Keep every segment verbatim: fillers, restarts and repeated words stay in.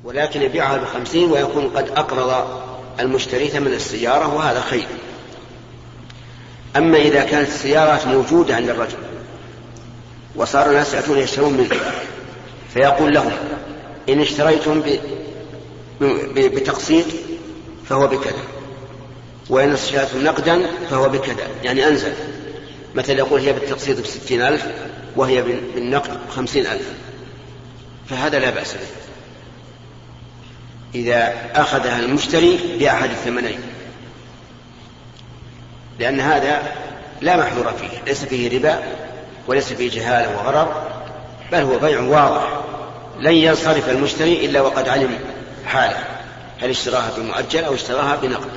ولكن يبيعها بخمسين ويكون قد أقرض المشتري ثمن السيارة، وهذا خير. أما إذا كانت السيارات موجودة عند الرجل وصار الناس يأتون يشترون منه، فيقول لهم إن اشتريتم بتقسيط فهو بكذا، وإن اشتريتم نقدا فهو بكذا، يعني أنزل. مثلا يقول هي بالتقسيط بستين ألف وهي بالنقد بخمسين ألف، فهذا لا بأس به إذا أخذها المشتري بأحد الثمنين، لأن هذا لا محذور فيه، ليس فيه ربا وليس فيه جهالة وغرر، بل هو بيع واضح لن ينصرف المشتري إلا وقد علم حاله، هل اشتراها بمؤجل أو اشتراها بنقد.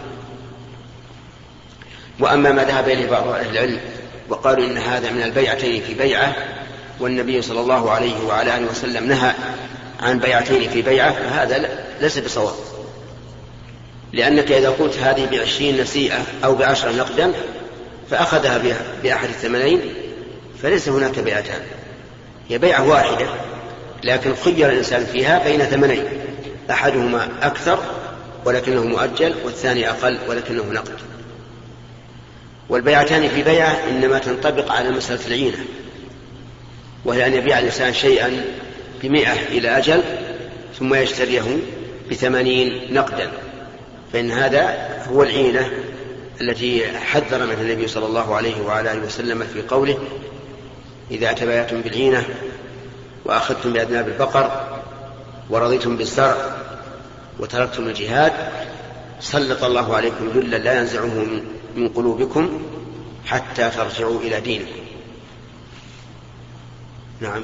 وأما ما ذهب إليه بعض أهل العلم وقالوا إن هذا من البيعتين في بيعة، والنبي صلى الله عليه وعلى آله وسلم نهى عن بيعتين في بيعة، فهذا ليس بصواب، لأنك إذا قلت هذه بعشرين نسيئة أو بعشرة نقدا فأخذها بأحد الثمنين فليس هناك بيعتان، هي بيعة واحدة، لكن خير الإنسان فيها بين ثمنين، أحدهما أكثر ولكنه مؤجل، والثاني أقل ولكنه نقد. والبيعتان في بيعة إنما تنطبق على مسألة العينة، وهي أن يبيع الإنسان شيئا بمئة إلى أجل ثم يشتريه بثمانين نقدا، فإن هذا هو العينة التي حذر منها النبي صلى الله عليه وعلى آله وسلم في قوله إذا تبايعتم بالعينة وأخذتم بأذناب البقر ورضيتم بالزرع وتركتم الجهاد سلط الله عليكم ذلا لا ينزعه من قلوبكم حتى ترجعوا إلى دينكم. نعم.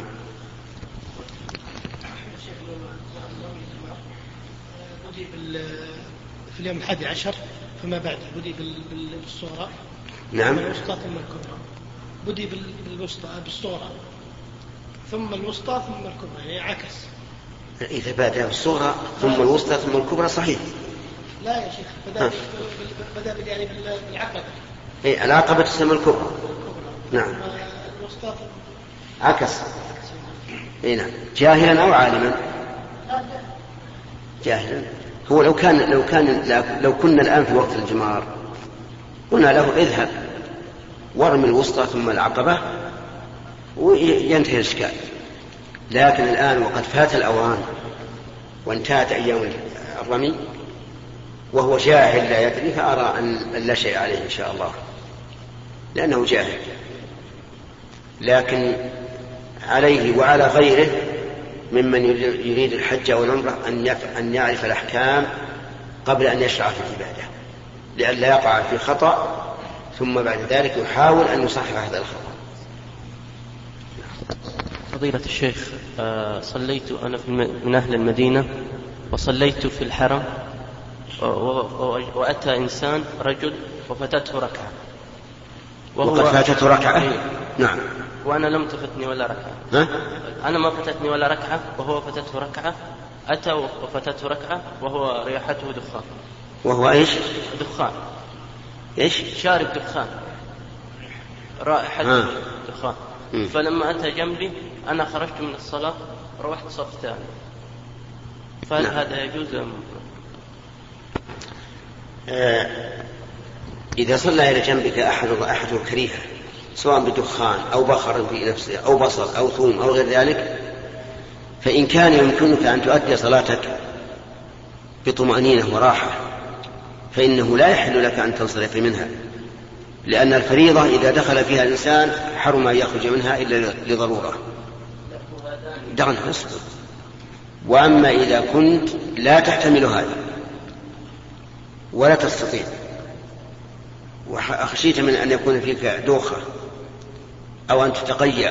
في اليوم الحادي عشر فما بعد بدي بالصغرى. نعم. الوسطى ثم الكبرى. بدي بالوسطى بالصغرى ثم الوسطى ثم الكبرى، يعني عكس. إذا بدأ بالصغرى ثم الوسطى ثم الكبرى صحيح. لا يا شيخ، بدأ بدأ يعني بالعقبة. إيه العقبة تسمى الكبرى. نعم. الوسطى عكس. إيه نعم. جاهلا أو عالما؟ جاهلا. هو لو كان لو كان لو كنا الآن في وقت الجمار قلنا له اذهب وارمي الوسطى ثم العقبة وينتهي الإشكال، لكن الآن وقد فات الأوان وانتهت أيام الرمي وهو جاهل لا يدري، فأرى أن لا شيء عليه إن شاء الله لأنه جاهل، لكن عليه وعلى غيره ممن يريد الحج والعمرة أن يعرف الأحكام قبل أن يشرع في العبادة لئلا يقع في خطأ ثم بعد ذلك يحاول أن يصحح هذا الخطأ. فضيلة الشيخ، صليت أنا من أهل المدينة وصليت في الحرم وأتى إنسان رجل وفتته ركعة وقد فاتته ركعة. نعم. وأنا لم تفتني ولا ركعة. ها؟ أنا ما فتتني ولا ركعة وهو فتته ركعة. أتى وفتته ركعة وهو ريحته دخان. وهو إيش؟ دخان. إيش؟ شارب دخان، رائحة دخان. م. فلما أتى جنبي أنا خرجت من الصلاة روحت صف ثاني، فهل نعم. هذا يجوز أم؟ آه إذا صلى إلى جنبك أحد أحد كريهة سواء بدخان أو بخر في نفسه أو بصل أو ثوم أو غير ذلك، فإن كان يمكنك أن تؤدي صلاتك بطمأنينة وراحة فإنه لا يحل لك أن تنصرف منها، لأن الفريضة إذا دخل فيها الإنسان حرم أن يخرج منها إلا لضرورة. دعنا نصبر. وأما إذا كنت لا تحتمل هذا ولا تستطيع وخشيت من أن يكون فيك دوخة أو أن تتقيأ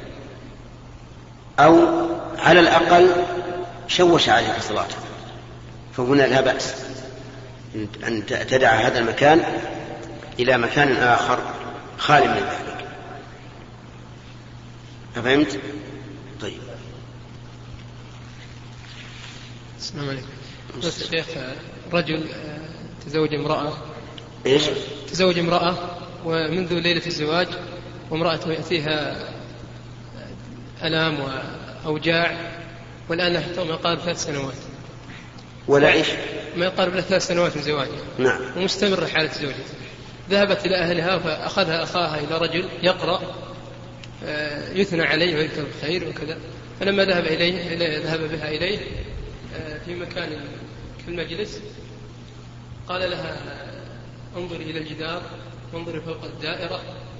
أو على الأقل شوش عليك صلاتك، فهنا لا بأس أن تدع هذا المكان إلى مكان آخر خالي من ذلك. أفهمت؟ طيب. السلام عليكم. بس شيخ، رجل تزوج امرأة. إيش؟ تزوج امرأة ومنذ ليلة الزواج وامرأته يأتيها ألام وأوجاع والآن لها ما قارب ثلاث سنوات، ولا إيش؟ ما يقارب له ثلاث سنوات من زواجها. نعم. ومستمر حالة زوجها. ذهبت إلى أهلها فأخذها أخاها إلى رجل يقرأ يثنى عليه ويذكر بخير وكذا. فلما ذهب إليه ذهب بها إليه في مكان في المجلس قال لها انظري إلى الجدار وانظري فوق الدائرة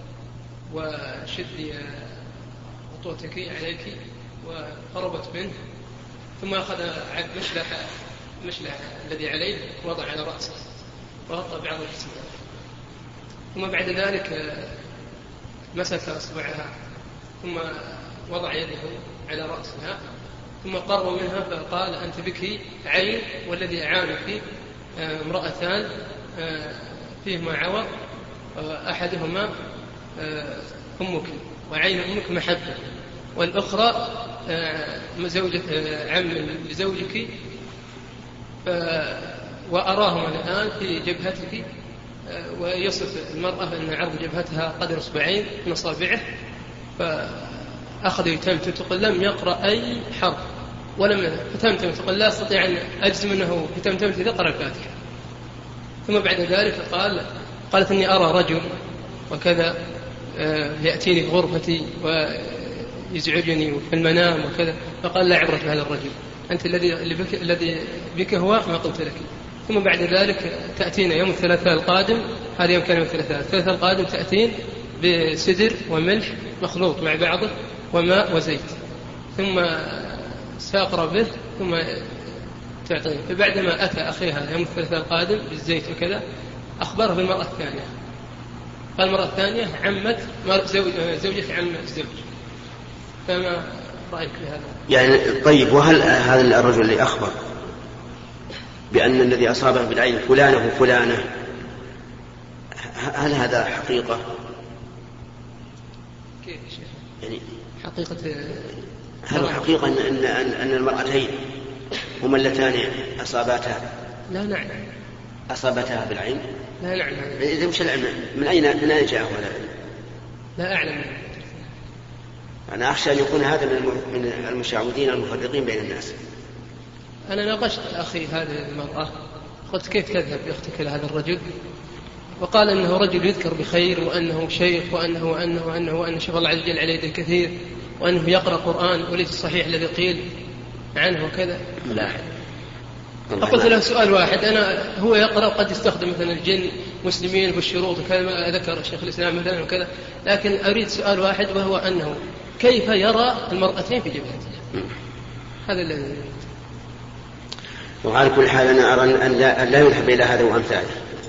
وشدي خطوتك عليك، وهربت منه. ثم أخذ عد مشلح مشلح الذي عليه وضع على رأسه وغطى بعض جسمه. ثم بعد ذلك مسك أصبعها ثم وضع يده على رأسها ثم قرب منها فقال أنت بك عين والذي أعانك امرأتان فيهما عوى أحدهما أمك وعين أمك محبة والأخرى زوجة عم لزوجك، وأراهما الآن في جبهتك. ويصف المرأة أن عرض جبهتها قدر إصبعين من أصابعه. فأخذ يتمتم تقول لم يقرأ أي حرف ولم فتمتم تقول لا أستطيع أن أجزم أنه فتمتم يقرأ الفاتحة. ثم بعد ذلك قال قالت إني أرى رجل وكذا يأتيني في غرفتي ويزعجني في المنام وكذا. فقال لا عبرة بهذا الرجل، أنت الذي بك الذي بك هو ما قلت لك. ثم بعد ذلك تأتينا يوم الثلاثاء القادم، هذا يوم كان يوم الثلاثاء الثلاثاء القادم تأتين بسدر وملح مخلوط مع بعضه وماء وزيت، ثم ساقر به ثم تعطيه. فبعدما أتى أخيها يوم الثلاثاء القادم بالزيت وكذا أخبره بالمرأة الثانية. قال المرأة الثانية عمت زوجة عم الزوج. فما رأيك بهذا؟ يعني طيب، وهل هذا الرجل اللي أخبر بأن الذي أصابه بالعين فلانة وفلانة هل هذا حقيقة؟ كيف يا شيخ؟ يعني حقيقة هل حقيقة أن, أن, أن المرأتين هما اللتان أصابتها؟ لا نعلم. أصابتها بالعين؟ لا نعلم. إذا مش العلم من أين من أين جاء هذا العلم؟ لا أعلم. أنا أخشى أن يكون هذا من المشعوذين المفرقين بين الناس. أنا ناقشت أخي هذه المرأة قلت كيف تذهب بأختك إلى هذا الرجل؟ وقال أنه رجل يذكر بخير وأنه شيخ وأنه وأنه وأنه وأن شاف الله عز وجل عليه الكثير وأنه يقرأ قرآن وليس صحيح الذي قيل عنه وكذا. لا أحد. فقلت له سؤال واحد، أنا هو يقرأ قد يستخدم مثلا الجن مسلمين بالشروط كما ذكر شيخ الإسلام مثلا وكذا، لكن أريد سؤال واحد وهو أنه كيف يرى المرأتين في جبهته؟ هذا الذي. وعلى كل حال أنا أرى أن لا, لا يذهب إلى هذا وأمثاله،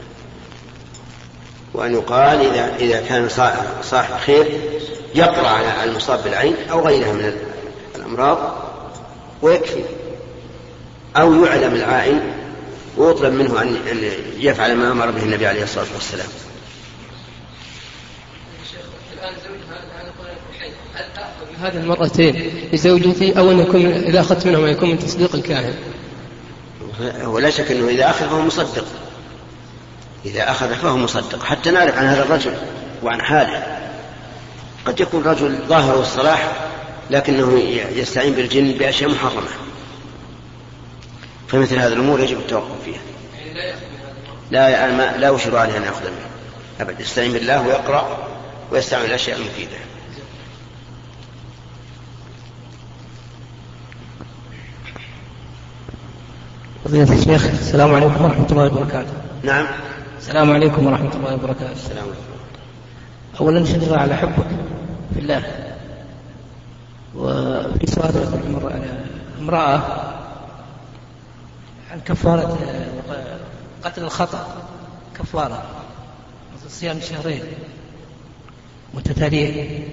وأن يقال إذا, إذا كان صاحب خير يقرأ على المصاب بالعين أو غيرها من الأمراض ويكفي، أو يعلم العائن ويطلب منه أن يفعل ما أمر به النبي عليه الصلاة والسلام. هذه المرأتين لزوجتي أو أن يكون إذا أخذت منهم يكون من تصديق الكاهن؟ ولا شك أنه إذا أخذ فهو مصدق، إذا أخذ فهو مصدق حتى نعرف عن هذا الرجل وعن حاله. قد يكون رجل ظاهر الصلاح لكنه يستعين بالجن بأشياء محرمة، فمثل هذه الأمور يجب التوقف فيها. لا ما لا أشير عليه أن يأخذ منه أبدا، يستعين بالله ويقرأ ويستعمل الأشياء المفيدة. فضيلة الشيخ، السلام عليكم ورحمة الله وبركاته. نعم. السلام عليكم ورحمة الله وبركاته. السلام عليكم. أولا نشهد الله على حبك في الله. وفي سؤال امرأة عن كفارة قتل الخطأ، كفارة صيام شهرين متتاليين،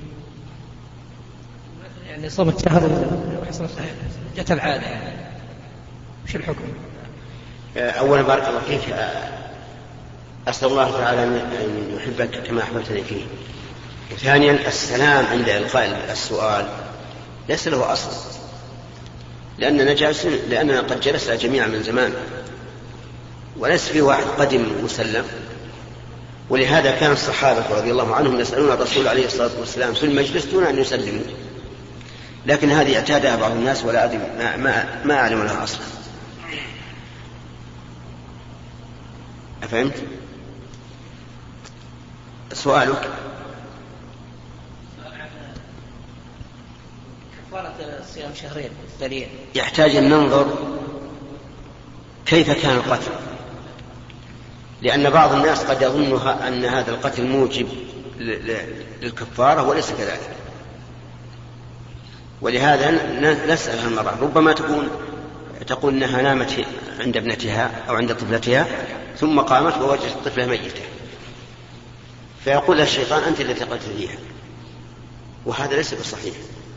يعني صمت شهر وحصلت جت العادة، وش الحكم؟ أولا بارك الله فيك، أسأل الله تعالى أن يحبك كما أحببتني فيه. وثانيا السلام عند إلقاء السؤال ليس له أصل، لأننا جالسين لأننا قد جلسنا جميعا من زمان وليس في واحد قدم مسلم، ولهذا كان الصحابة رضي الله عنهم يسألون الرسول عليه الصلاة والسلام في المجلس دون أن يسلموا، لكن هذه اعتادها بعض الناس ولا أدري ما, ما, ما أعلم لها أصلا. أفهمت؟ سؤالك كفارة صيام شهرين متتاليين يحتاج أن ننظر كيف كان القتل، لأن بعض الناس قد يظن أن هذا القتل موجب للكفارة وليس كذلك، ولهذا نسأل المرأة ربما تكون تقول أنها نامت عند ابنتها أو عند طفلتها ثم قامت ووجدت الطفلة ميتة، فيقول لها الشيطان أنت التي قتلتيها، وهذا ليس بصحيح.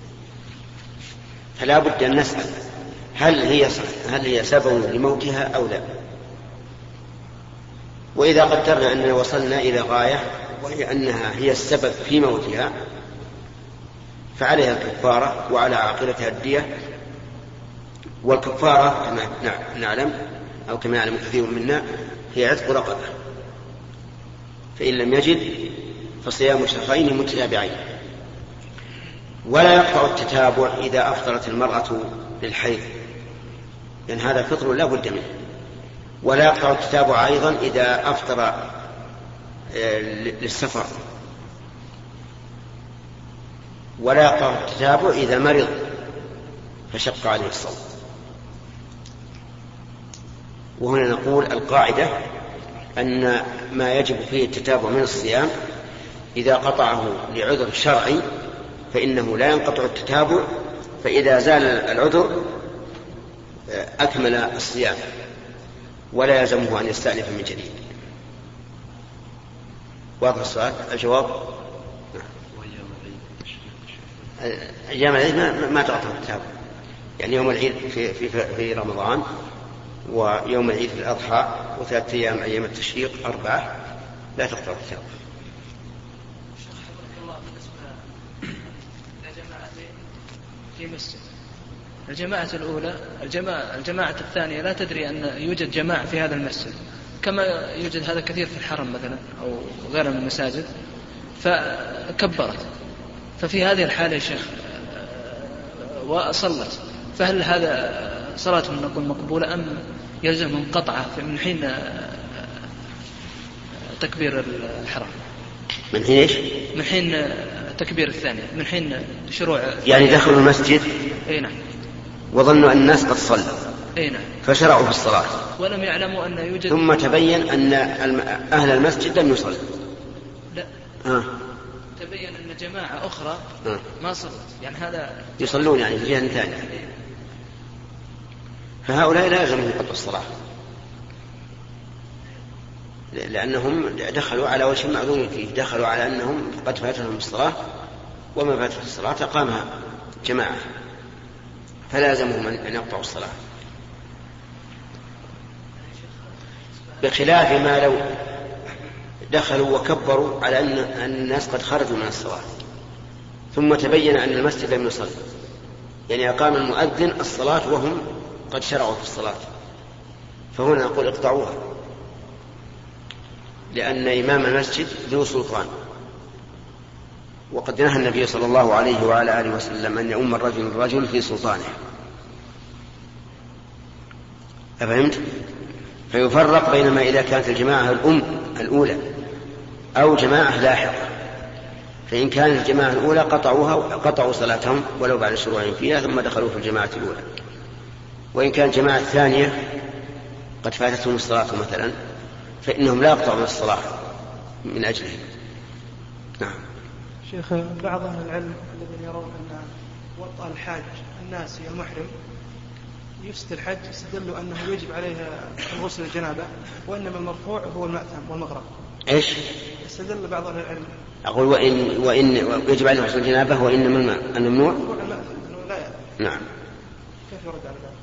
فلا بد أن نسأل هل هي هل هي سبب لموتها أو لا. وإذا قدرنا أننا وصلنا إلى غاية وهي أنها هي السبب في موتها فعليها الكفارة وعلى عاقلتها الدية. والكفارة كما نعلم أو كما يعلم كثير منا هي عتق رقبة، فإن لم يجد فصيام شهرين متتابعين. ولا يقطع التتابع إذا أفطرت المرأة للحيض، لأن يعني هذا فطر لا بد منه. ولا يقطع التتابع أيضا إذا أفطر للسفر. ولا يقطع التتابع إذا مرض فشق عليه الصوم. وهنا نقول القاعدة أن ما يجب فيه التتابع من الصيام إذا قطعه لعذر شرعي فإنه لا ينقطع التتابع، فإذا زال العذر أكمل الصيام ولا يلزمه أن يستأنف من جديد. واضح السؤال؟ الجواب أيام العيد ما, ما تقطع التتابع، يعني يوم العيد في, في, في رمضان ويوم العيد في الأضحى وثلاثة أيام أيام التشريق أربعة لا تقطع التتابع. في مسجد الجماعة الأولى الجماعة, الجماعة الثانية لا تدري أن يوجد جماعة في هذا المسجد، كما يوجد هذا كثير في الحرم مثلا أو غير من المساجد، فكبرت. ففي هذه الحالة يا شيخ وصلت، فهل هذا صلاة نقول مقبولة أم يلزم قطعة من حين تكبير الحرم؟ من حين إيش؟ من حين تكبير الثانية، من حين شروع يعني دخلوا المسجد أي نعم وظنوا أن الناس قد صلوا أي نعم فشرعوا في الصلاة ولم يعلموا أن يوجد، ثم تبين أن أهل المسجد لم يصلوا. لا آه. تبين أن جماعة أخرى آه. ما صلت، يعني هذا يصلون يعني في جهة ثانية، فهؤلاء لا يلزمهم قطع الصلاة لأنهم دخلوا على وجه معذور فيه، دخلوا على أنهم قد فاتتهم الصلاة وما فاتت الصلاة قامها جماعة فلا يلزمهم أن يقطعوا الصلاة، بخلاف ما لو دخلوا وكبروا على أن الناس قد خرجوا من الصلاة ثم تبين أن المسجد لم يصل، يعني أقام المؤذن الصلاة وهم قد شرعوا في الصلاة، فهنا نقول اقطعوها، لأن إمام المسجد ذو سلطان، وقد نهى النبي صلى الله عليه وعلى آله وسلم أن يؤم الرجل الرجل في سلطانه. أفهمت؟ فيفرق بينما إذا كانت الجماعة الأم الأولى أو جماعة لاحقة، فإن كانت الجماعة الأولى قطعوها قطعوا صلاتهم ولو بعد شروعهم فيها ثم دخلوا في الجماعة الأولى، وإن كانت الجماعة الثانية قد فاتتهم الصلاة مثلا فإنهم لا يقطعون الصلاة من أجله. نعم. شيخ، بعض أهل العلم الذين يرون أن وطأ الحاج الناس المحرم يفسد الحج يستدلوا أنه يجب عليها الغسل الجنابة وإنما المرفوع هو المأثم والمغرب. إيش؟ يستدل بعض أهل العلم أقول وإن وإن يجب عليه غسل الجنابة وإنما الماء الممنوع. لا يعني. نعم. كيف يرد على ذلك؟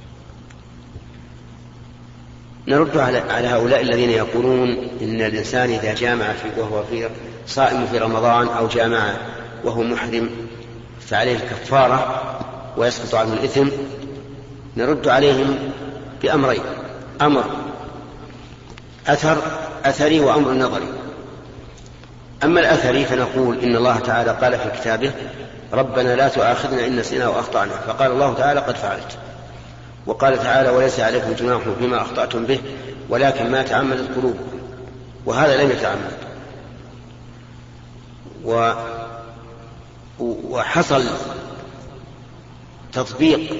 نرد على على هؤلاء الذين يقولون إن الإنسان إذا جامع في وهو في صائم في رمضان أو جامع وهو محرم فعليه الكفارة ويسقط عنه الإثم. نرد عليهم بأمرين: أمر أثر أثري وأمر نظري. أما الأثري فنقول إن الله تعالى قال في كتابه: ربنا لا تؤاخذنا إن نسينا وأخطأنا، فقال الله تعالى: قد فعلت. وقال تعالى: وليس عليكم جناح فيما أخطأتم به ولكن ما تعمدت قلوبكم. وهذا لم يتعمد. و وحصل تطبيق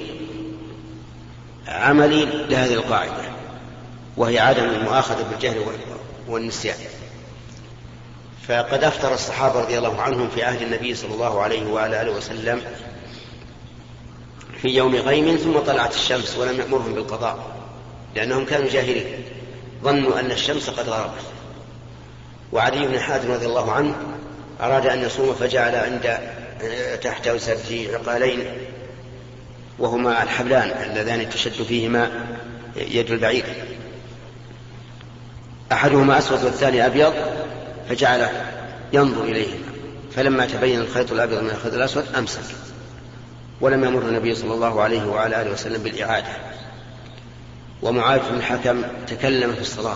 عملي لهذه القاعدة، وهي عدم المؤاخذة بالجهل والنسيان. فقد أفطر الصحابة رضي الله عنهم في عهد النبي صلى الله عليه وعلى آله وسلم في يوم غيم ثم طلعت الشمس ولم يأمرهم بالقضاء، لأنهم كانوا جاهلين ظنوا أن الشمس قد غربت. وعلي بن حاتم رضي الله عنه أراد أن يصوم فجعل عند تحت وسده عقالين، وهما الحبلان اللذان تشد فيهما يد البعير، أحدهما أسود والثاني أبيض، فجعل ينظر إليهما، فلما تبين الخيط الأبيض من الخيط الأسود أمسك، ولم يمر النبي صلى الله عليه وعلى آله وسلم بالإعادة. ومعاذ بن الحكم تكلم في الصلاة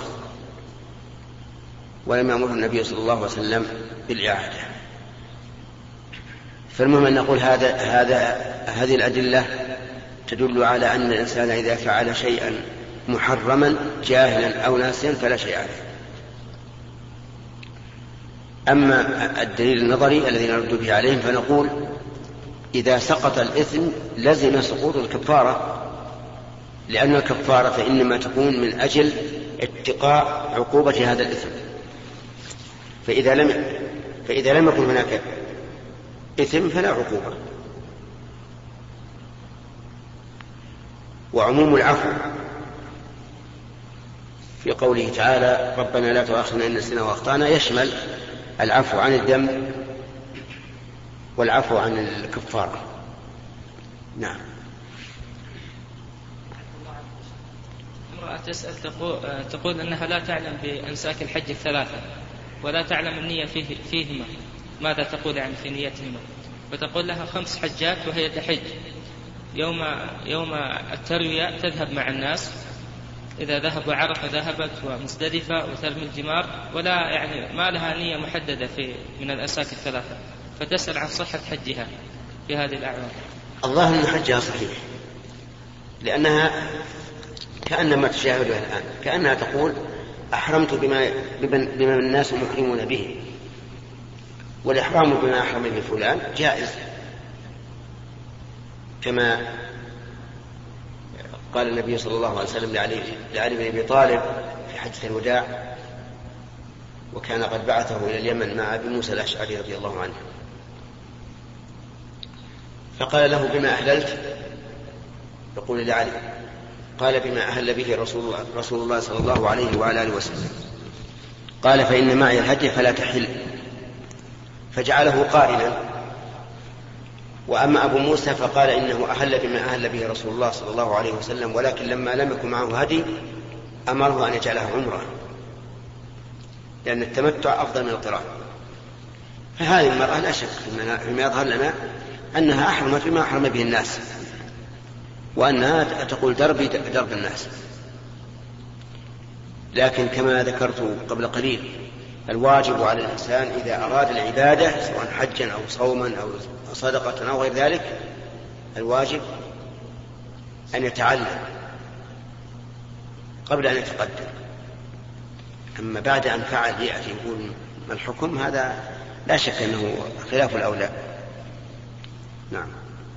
ولم يأمره النبي صلى الله عليه وسلم بالإعادة. فالمهم أن نقول هذا هذا هذه الأدلة تدل على أن الإنسان إذا فعل شيئا محرما جاهلا أو ناسيا فلا شيء عليه. أما الدليل النظري الذي نرد به عليهم فنقول إذا سقط الإثم لزم سقوط الكفارة، لأن الكفارة إنما تكون من أجل اتقاء عقوبة هذا الإثم. فإذا لم فإذا لم يكن هناك إثم فلا عقوبة. وعموم العفو في قوله تعالى ربنا لا تؤاخذنا إن نسينا وأخطأنا يشمل العفو عن الذنب والعفو عن الكفارة. نعم. امرأة تسأل تقول, تقول أنها لا تعلم بأنساك الحج الثلاثة ولا تعلم النية فيه فيهما، ماذا تقول عن في نيتهما؟ وتقول لها خمس حجات وهي تحج، يوم يوم التروية تذهب مع الناس، إذا ذهبوا عرفة ذهبت ومزدلفة وترمي الجمار، ولا يعني ما لها نية محددة في من الأنساك الثلاثة، فتسأل عن صحة حجها في هذه الأعوام. الظاهر أن حجها صحيح، لأنها كأنما تشاهدها الآن كأنها تقول أحرمت بما, بما الناس محرمون به، والإحرام بما أحرم به فلان جائز، كما قال النبي صلى الله عليه وسلم لعلي, لعلي بن أبي طالب في حجة الوداع، وكان قد بعثه إلى اليمن مع أبي موسى الأشعري رضي الله عنه، فقال له بما أهللت؟ يقول لعلي، قال بما أهل به رسول, رسول الله صلى الله عليه وعلى آله وسلم. قال فإن معي الهدي فلا تحل، فجعله قائلا. وأما أبو موسى فقال إنه أهل بما أهل به رسول الله صلى الله عليه وسلم، ولكن لما لم يكن معه هدي أمره أن يجعله عمره، لأن التمتع أفضل من القران. فهذه المرأة لا شك فيما يظهر لنا أنها أحرمت بما أحرم به الناس، وأنها تقول دربي درب الناس. لكن كما ذكرت قبل قليل الواجب على الإنسان إذا أراد العبادة سواء حجا أو صوما أو صدقة أو غير ذلك، الواجب أن يتعلم قبل أن يتقدم. أما بعد أن فعل يأتي يقول ما الحكم، هذا لا شك أنه خلاف الأولى. نعم.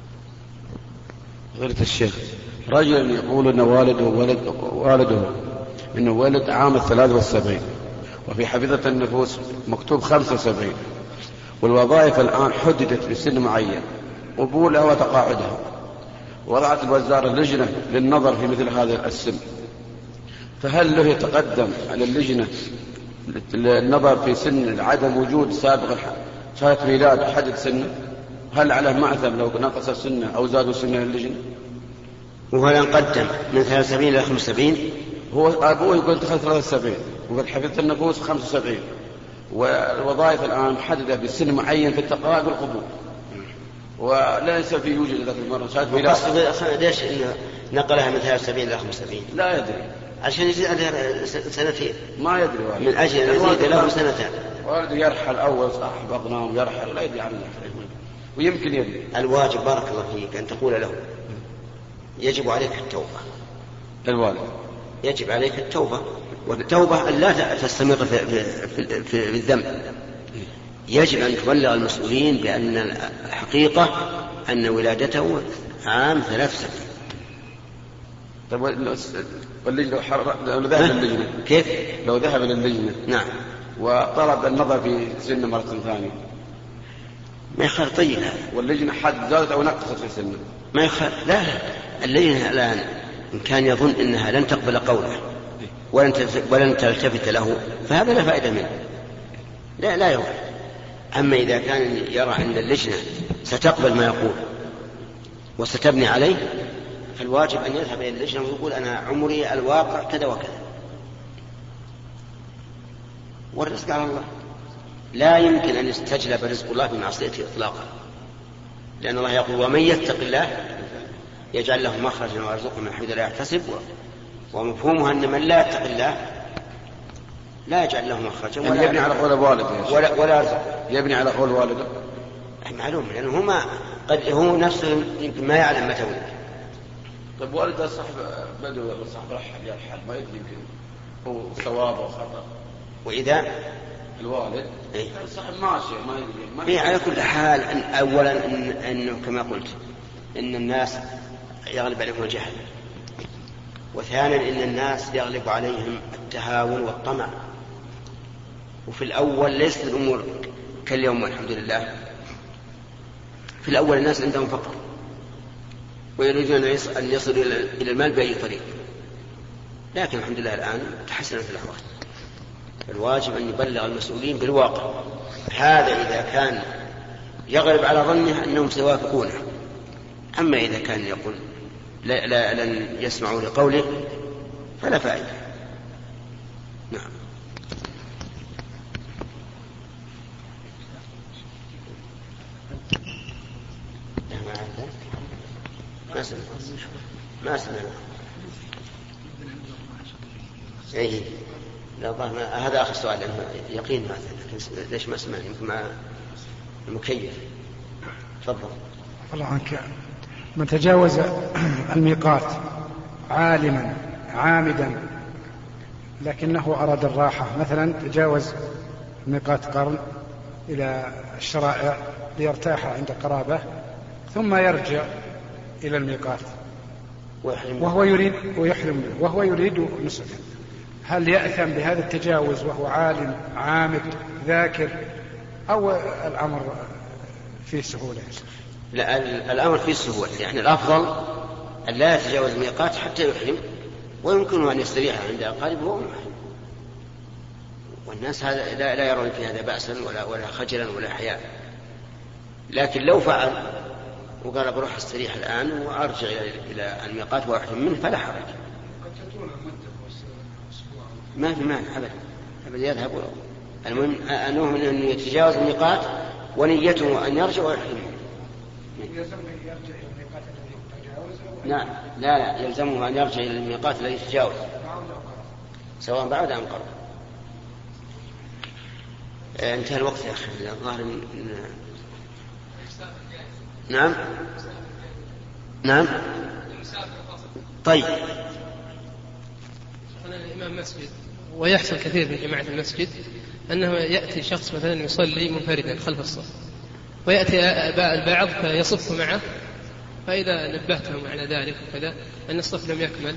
غيرة الشيخ، رجل يقول أن والده ولد والده إنه ولد عام الثلاث والسبعين، وفي حفظة النفوس مكتوب خمسة وسبعين، والوظائف الآن حددت بسن معين قبولها وتقاعدها، وضعت الوزارة لجنة للنظر في مثل هذا السن، فهل له يتقدم على اللجنة للنظر في سن عدم وجود سابق شهادة ميلاد حدد سنه؟ هل عليه معثم لو نقص سنه أو زادوا سنه اللجنة؟ وهو ينقدم من ثلاث وسبعين إلى خمس وسبعين. هو أبوه يقول تخذ ثلاث وسبعين، وقد حفظت النفوس خمس وسبعين، والوظائف الآن محددة بسن معين في التقاعد والقبول، وليس في يوجد ذات المرة شهادة ميلاد. ليش إنه نقلها من ثلاث وسبعين إلى خمس وسبعين؟ لا يدري، عشان يزيد عليها سنتين. ما يدري والد. من أجل أن يزيد له سنتين. والده يرحل أول صاحب أغنام يرحل، لا يدري عنه، ويمكن يدري. الواجب بارك الله فيك أن تقول له يجب عليك التوبة. الوالد يجب عليك التوبة، والتوبة أن لا تستمر في, في, في, في الذنب. يجب أن تبلغ المسؤولين بأن الحقيقة أن ولادته عام ثلاث سنين. طيب واللجنة لو ذهب للجنة كيف؟ لو ذهب للجنة نعم وطلب النظر في سنة مرة ثانية ما يخالف. طيب واللجنة حد زادت أو نقصت في سنة ما يخالف. لا لا اللجنة الآن إن كان يظن أنها لن تقبل قوله ولن ولن تلتفت له فهذا لا فائدة منه، لا لا يروح. أما إذا كان يرى أن اللجنة ستقبل ما يقول وستبني عليه فالواجب أن يذهب إلى اللجنة ويقول أنا عمري الواقع كذا وكذا، والرزق على الله. لا يمكن أن يستجلب رزق الله بمعصيته إطلاقا، لأن الله يقول ومن يتق الله يجعل له مخرجا ويرزقه من حيث لا يحتسب، ومفهومها أن من لا يتق الله لا يجعل له مخرجا ولا يبني على قول الوالد ولا, ولا يرزقه. يبني على قول والده معلوم، لأنه هما قد هو نفسه يمكن ما يعلم متى ولد. طيب والده صاحب بدو صاحب رحل يرحل ما يدري يمكن هو صواب أو خطأ، وإذا الوالد إيه؟ صاحب ماشي ما يدري ما إيه. على كل حال أن أولا إن أنه كما قلت إن الناس يغلب عليهم الجهل، وثانيا إن الناس يغلب عليهم التهاون والطمع، وفي الأول ليست الأمور كاليوم والحمد لله. في الأول الناس عندهم فقر ويريدون أن يصلوا إلى المال بأي طريق، لكن الحمد لله الآن تحسنت الأحوال. الواجب أن يبلغ المسؤولين بالواقع. هذا إذا كان يغلب على ظنه أنهم سيوافقونه، أما إذا كان يقول لا, لا لن يسمعوا لقوله فلا فائدة. نعم. ما سمع ما سمع أيه. لا ما هذا آخر سؤال يقين مثلا، ليش ما سمع يمكن مع المكيف. تفضل. الله عنك. من تجاوز الميقات عالما عامدا لكنه أراد الراحة، مثلا تجاوز ميقات قرن إلى الشرائع ليرتاح عند قرابة ثم يرجع إلى الميقات وهو يريد ويحرم وهو يريد نسكا، هل يأثم بهذا التجاوز وهو عالم عامد ذاكر أو الأمر فيه سهولة؟ لا الأمر فيه سهولة، يعني الأفضل أن لا يتجاوز الميقات حتى يحرم، ويمكنه أن يستريح عند أقاربه وهو محرم، والناس هذا لا, لا يرون في هذا بأسا ولا, ولا خجلا ولا حياء. لكن لو فعل وقال بروح استريح الآن وأرجع إلى الميقات وأحرم منه فلا حرج. ما في مانع أبدا أبدا يذهب. المهم أنه أنه يتجاوز الميقات ونيته أن يرجع ويحرم. نعم لا لا يلزمه أن يرجع إلى الميقات الذي يتجاوز سواء بعد أم قبل. انتهى الوقت يا أخي الظاهر. نعم نعم طيب. أنا الإمام مسجد ويحصل كثير من جماعة المسجد أنه يأتي شخص مثلا يصلي منفردا خلف الصف ويأتي البعض فيصف معه، فإذا نبهتهم على ذلك وكذا أن الصف لم يكمل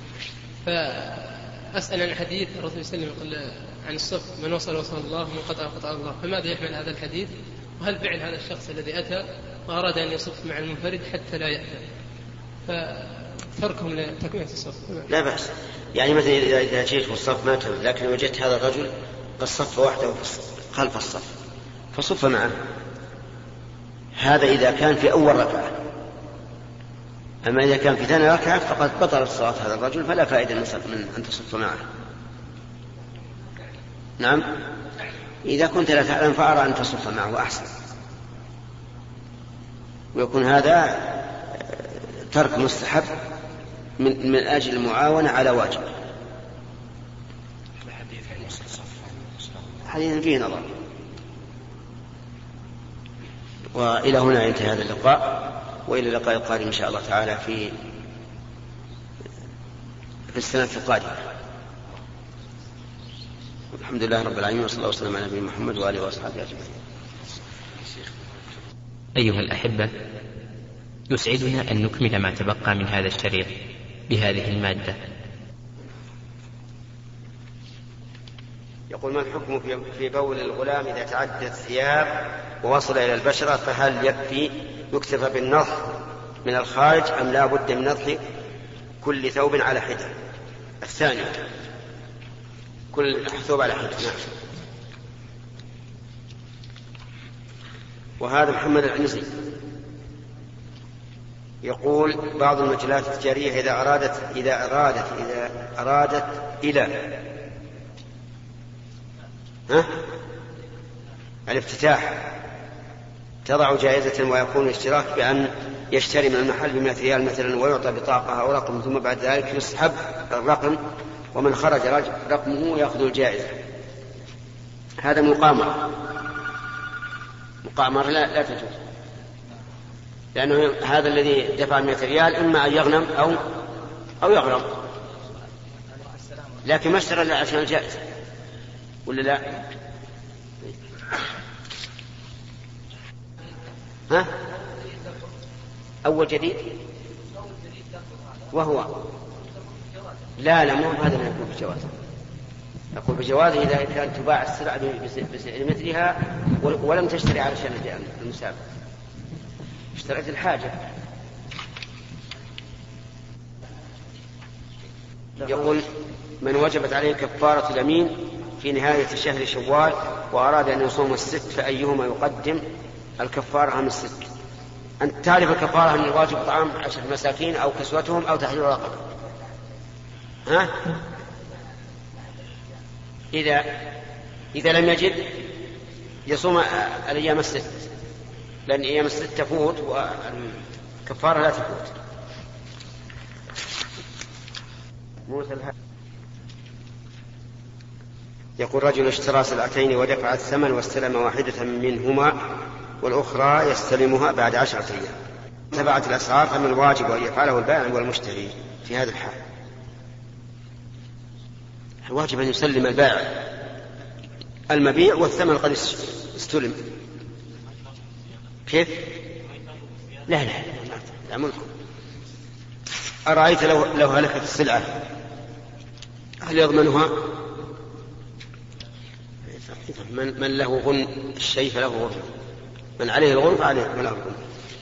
فأسأل عن الحديث الرسول صلى الله عليه وسلم يقول عن الصف من وصل وصل الله ومن قطع قطع الله، فماذا يحمل هذا الحديث؟ وهل فعل هذا الشخص الذي أتى وأراد أن يصف مع المنفرد حتى لا يأتي فتركهم لتكملة الصف؟ لا بأس. يعني مثلا إذا جئت والصف ما تم لكن وجدت هذا الرجل قد صف وحده خلف الصف فصف معه، هذا إذا كان في أول ركعة. أما إذا كان في ثاني ركعة فقد بطلت صلاة هذا الرجل فلا فائدة من أن تصف معه. نعم إذا كنت لا تعلم فأرى أن تصف معه أحسن، ويكون هذا ترك مستحب من, من أجل المعاونة على واجب. حديث فيه نظر. وإلى هنا ينتهي هذا اللقاء، وإلى اللقاء القادم إن شاء الله تعالى في في السنة القادمة. الحمد لله رب العالمين، وصلى الله وسلم على نبينا محمد وآله وأصحابه أجمعين. أيها الأحبة، يسعدنا أن نكمل ما تبقى من هذا الشريط بهذه المادة. يقول: ما الحكم في بول الغلام إذا تعدى الثياب ووصل إلى البشرة، فهل يكفي يكتفى بالنضح من الخارج أم لا بد من نضح كل ثوب على حدة؟ الثاني، كل ثوب على حدة. نعم. وهذا محمد العنزي يقول: بعض المجلات التجارية إذا أرادت إذا أرادت إذا أرادت إلى ها؟ الافتتاح تضع جائزة ويكون الاشتراك بأن يشتري من المحل بمئة ريال مثلا ويعطى بطاقة أو رقم، ثم بعد ذلك يسحب الرقم ومن خرج رقمه يأخذ الجائزة. هذا مقامرة مقامرة لا, لا تجوز، لأنه هذا الذي دفع مئة ريال إما أن يغنم أو أو يغرم، لكن ما اشترى إلا عشان الجائزة ولا لا؟ ها؟ أول جديد وهو لا لا مو هذا اللي يكون بجوازه. أقول بجوازه إذا كانت تباع السلعة بمثلها ولم تشتري علشان المسابقة، اشتريت الحاجة. يقول: من وجبت عليه كفارة اليمين في نهاية شهر شوال وأراد أن يصوم الست، فأيهما يقدم، الكفارة أم الست؟ أن تعرف الكفارة أن الواجب طعام عشرة مساكين أو كسوتهم أو تحرير رقبة. ها؟ إذا إذا لم يجد يصوم الأيام الست، لأن أيام الست تفوت والكفارة لا تفوت. يقول: رجل اشترى سلعتين ودفع الثمن واستلم واحدة منهما والأخرى يستلمها بعد عشرة أيام، تبعت الأسعار، فمن الواجب أن يفعله البائع والمشتري في هذا الحال؟ الواجب أن يسلم البائع المبيع والثمن قد استلم. كيف؟ لا لا لا ملكه. أرأيت لو, لو هلكت السلعة هل يضمنها؟ من, من له غن الشيء فله غن، من عليه الغن فعليه من له الغن.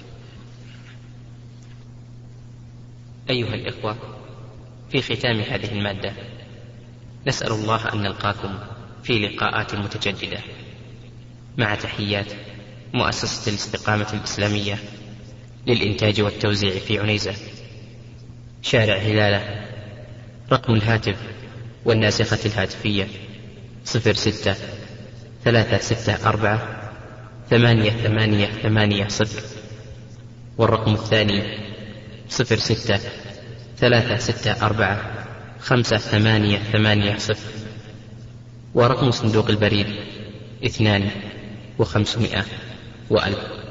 أيها الإخوة، في ختام هذه المادة نسأل الله أن نلقاكم في لقاءات متجددة، مع تحيات مؤسسة الاستقامة الإسلامية للإنتاج والتوزيع في عنيزة، شارع هلالة. رقم الهاتف والناسخة الهاتفية صفر ستة ثلاثة ستة أربعة ثمانية ثمانية ثمانية صفر، والرقم الثاني صفر ستة ثلاثة ستة أربعة خمسة ثمانية ثمانية صفر، ورقم صندوق البريد اثنان وخمسمائة وألف.